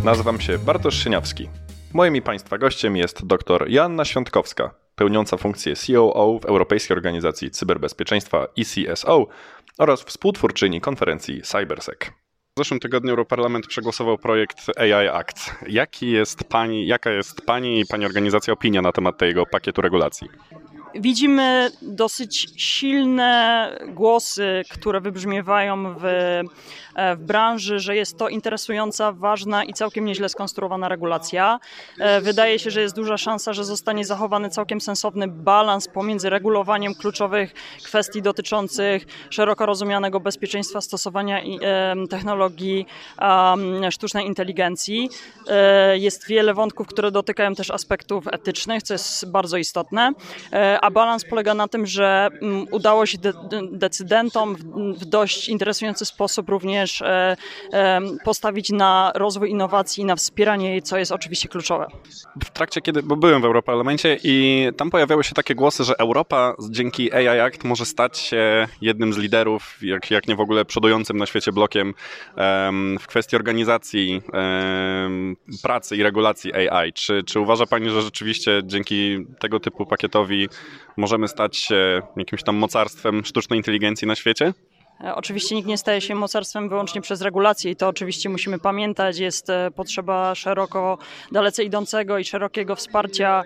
Nazywam się Bartosz Sieniawski. Moim i Państwa gościem jest dr Joanna Świątkowska, pełniąca funkcję COO w Europejskiej Organizacji Cyberbezpieczeństwa ECSO oraz współtwórczyni konferencji CyberSec. W zeszłym tygodniu Europarlament przegłosował projekt AI Act. Jaka jest Pani i Pani organizacja opinia na temat tego pakietu regulacji? Widzimy dosyć silne głosy, które wybrzmiewają w branży, że jest to interesująca, ważna i całkiem nieźle skonstruowana regulacja. Wydaje się, że jest duża szansa, że zostanie zachowany całkiem sensowny balans pomiędzy regulowaniem kluczowych kwestii dotyczących szeroko rozumianego bezpieczeństwa stosowania technologii sztucznej inteligencji. Jest wiele wątków, które dotykają też aspektów etycznych, co jest bardzo istotne. A balans polega na tym, że udało się decydentom w dość interesujący sposób również postawić na rozwój innowacji i na wspieranie jej, co jest oczywiście kluczowe. W trakcie, bo byłem w Europarlamencie i tam pojawiały się takie głosy, że Europa dzięki AI Act może stać się jednym z liderów, jak nie w ogóle przodującym na świecie blokiem w kwestii organizacji pracy i regulacji AI. Czy uważa Pani, że rzeczywiście dzięki tego typu pakietowi możemy stać się jakimś tam mocarstwem sztucznej inteligencji na świecie? Oczywiście nikt nie staje się mocarstwem wyłącznie przez regulacje i to oczywiście musimy pamiętać. Jest potrzeba dalece idącego i szerokiego wsparcia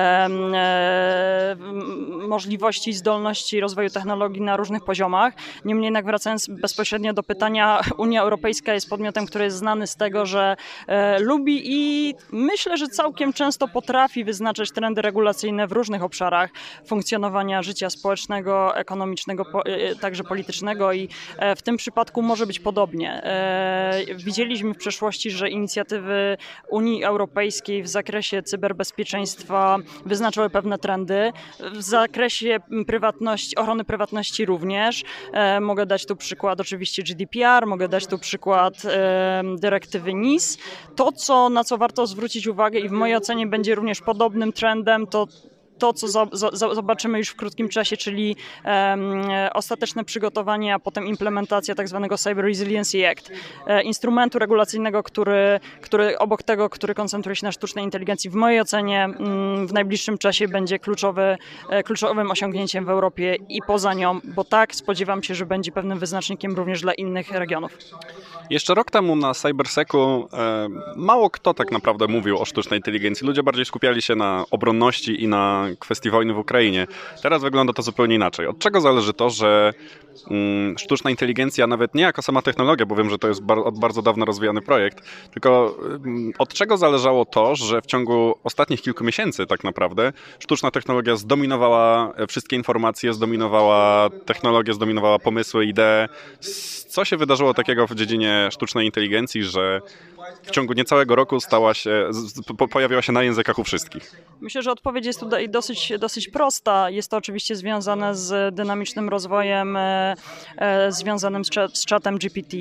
możliwości i zdolności rozwoju technologii na różnych poziomach. Niemniej jednak wracając bezpośrednio do pytania, Unia Europejska jest podmiotem, który jest znany z tego, że lubi i myślę, że całkiem często potrafi wyznaczać trendy regulacyjne w różnych obszarach funkcjonowania życia społecznego, ekonomicznego, także politycznego i w tym przypadku może być podobnie. Widzieliśmy w przeszłości, że inicjatywy Unii Europejskiej w zakresie cyberbezpieczeństwa wyznaczały pewne trendy. W zakresie ochrony prywatności również. Mogę dać tu przykład oczywiście GDPR, mogę dać tu przykład dyrektywy NIS. Na co warto zwrócić uwagę i w mojej ocenie będzie również podobnym trendem, to, co zobaczymy już w krótkim czasie, czyli ostateczne przygotowanie, a potem implementacja tak zwanego Cyber Resiliency Act, instrumentu regulacyjnego, który obok tego, który koncentruje się na sztucznej inteligencji, w mojej ocenie w najbliższym czasie będzie kluczowym osiągnięciem w Europie i poza nią, bo tak spodziewam się, że będzie pewnym wyznacznikiem również dla innych regionów. Jeszcze rok temu na CyberSecu mało kto tak naprawdę mówił o sztucznej inteligencji. Ludzie bardziej skupiali się na obronności i na kwestii wojny w Ukrainie. Teraz wygląda to zupełnie inaczej. Od czego zależy to, że sztuczna inteligencja, nawet nie jako sama technologia, bo wiem, że to jest od bardzo dawna rozwijany projekt, tylko od czego zależało to, że w ciągu ostatnich kilku miesięcy tak naprawdę sztuczna technologia zdominowała wszystkie informacje, zdominowała technologię, zdominowała pomysły, idee. Co się wydarzyło takiego w dziedzinie sztucznej inteligencji, że w ciągu niecałego roku pojawiła się na językach u wszystkich? Myślę, że odpowiedź jest tutaj dosyć prosta. Jest to oczywiście związane z dynamicznym rozwojem związanym z czatem GPT.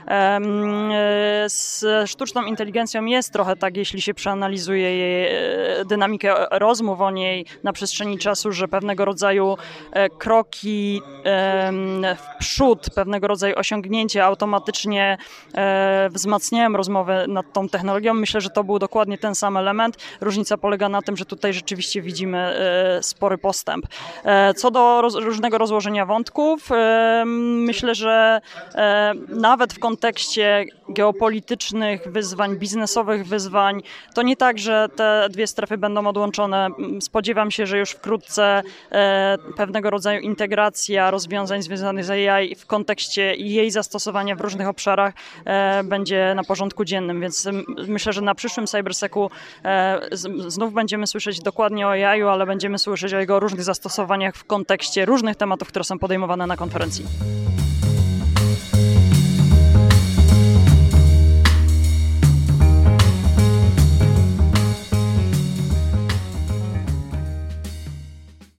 Z sztuczną inteligencją jest trochę tak, jeśli się przeanalizuje jej dynamikę rozmów o niej na przestrzeni czasu, że pewnego rodzaju kroki w przód, pewnego rodzaju osiągnięcia automatycznie wzmacniają rozmowę nad tą technologią. Myślę, że to był dokładnie ten sam element. Różnica polega na tym, że tutaj rzeczywiście widzimy spory postęp. Co do różnego rozłożenia wątków, myślę, że nawet w kontekście geopolitycznych wyzwań, biznesowych wyzwań, to nie tak, że te dwie strefy będą odłączone. Spodziewam się, że już wkrótce pewnego rodzaju integracja rozwiązań związanych z AI w kontekście jej zastosowania w różnych obszarach będzie na porządku dziennym, więc myślę, że na przyszłym CyberSecu znów będziemy słyszeć dokładnie o AI-u, ale będziemy słyszeć o jego różnych zastosowaniach w kontekście różnych tematów, które są podejmowane na konferencji.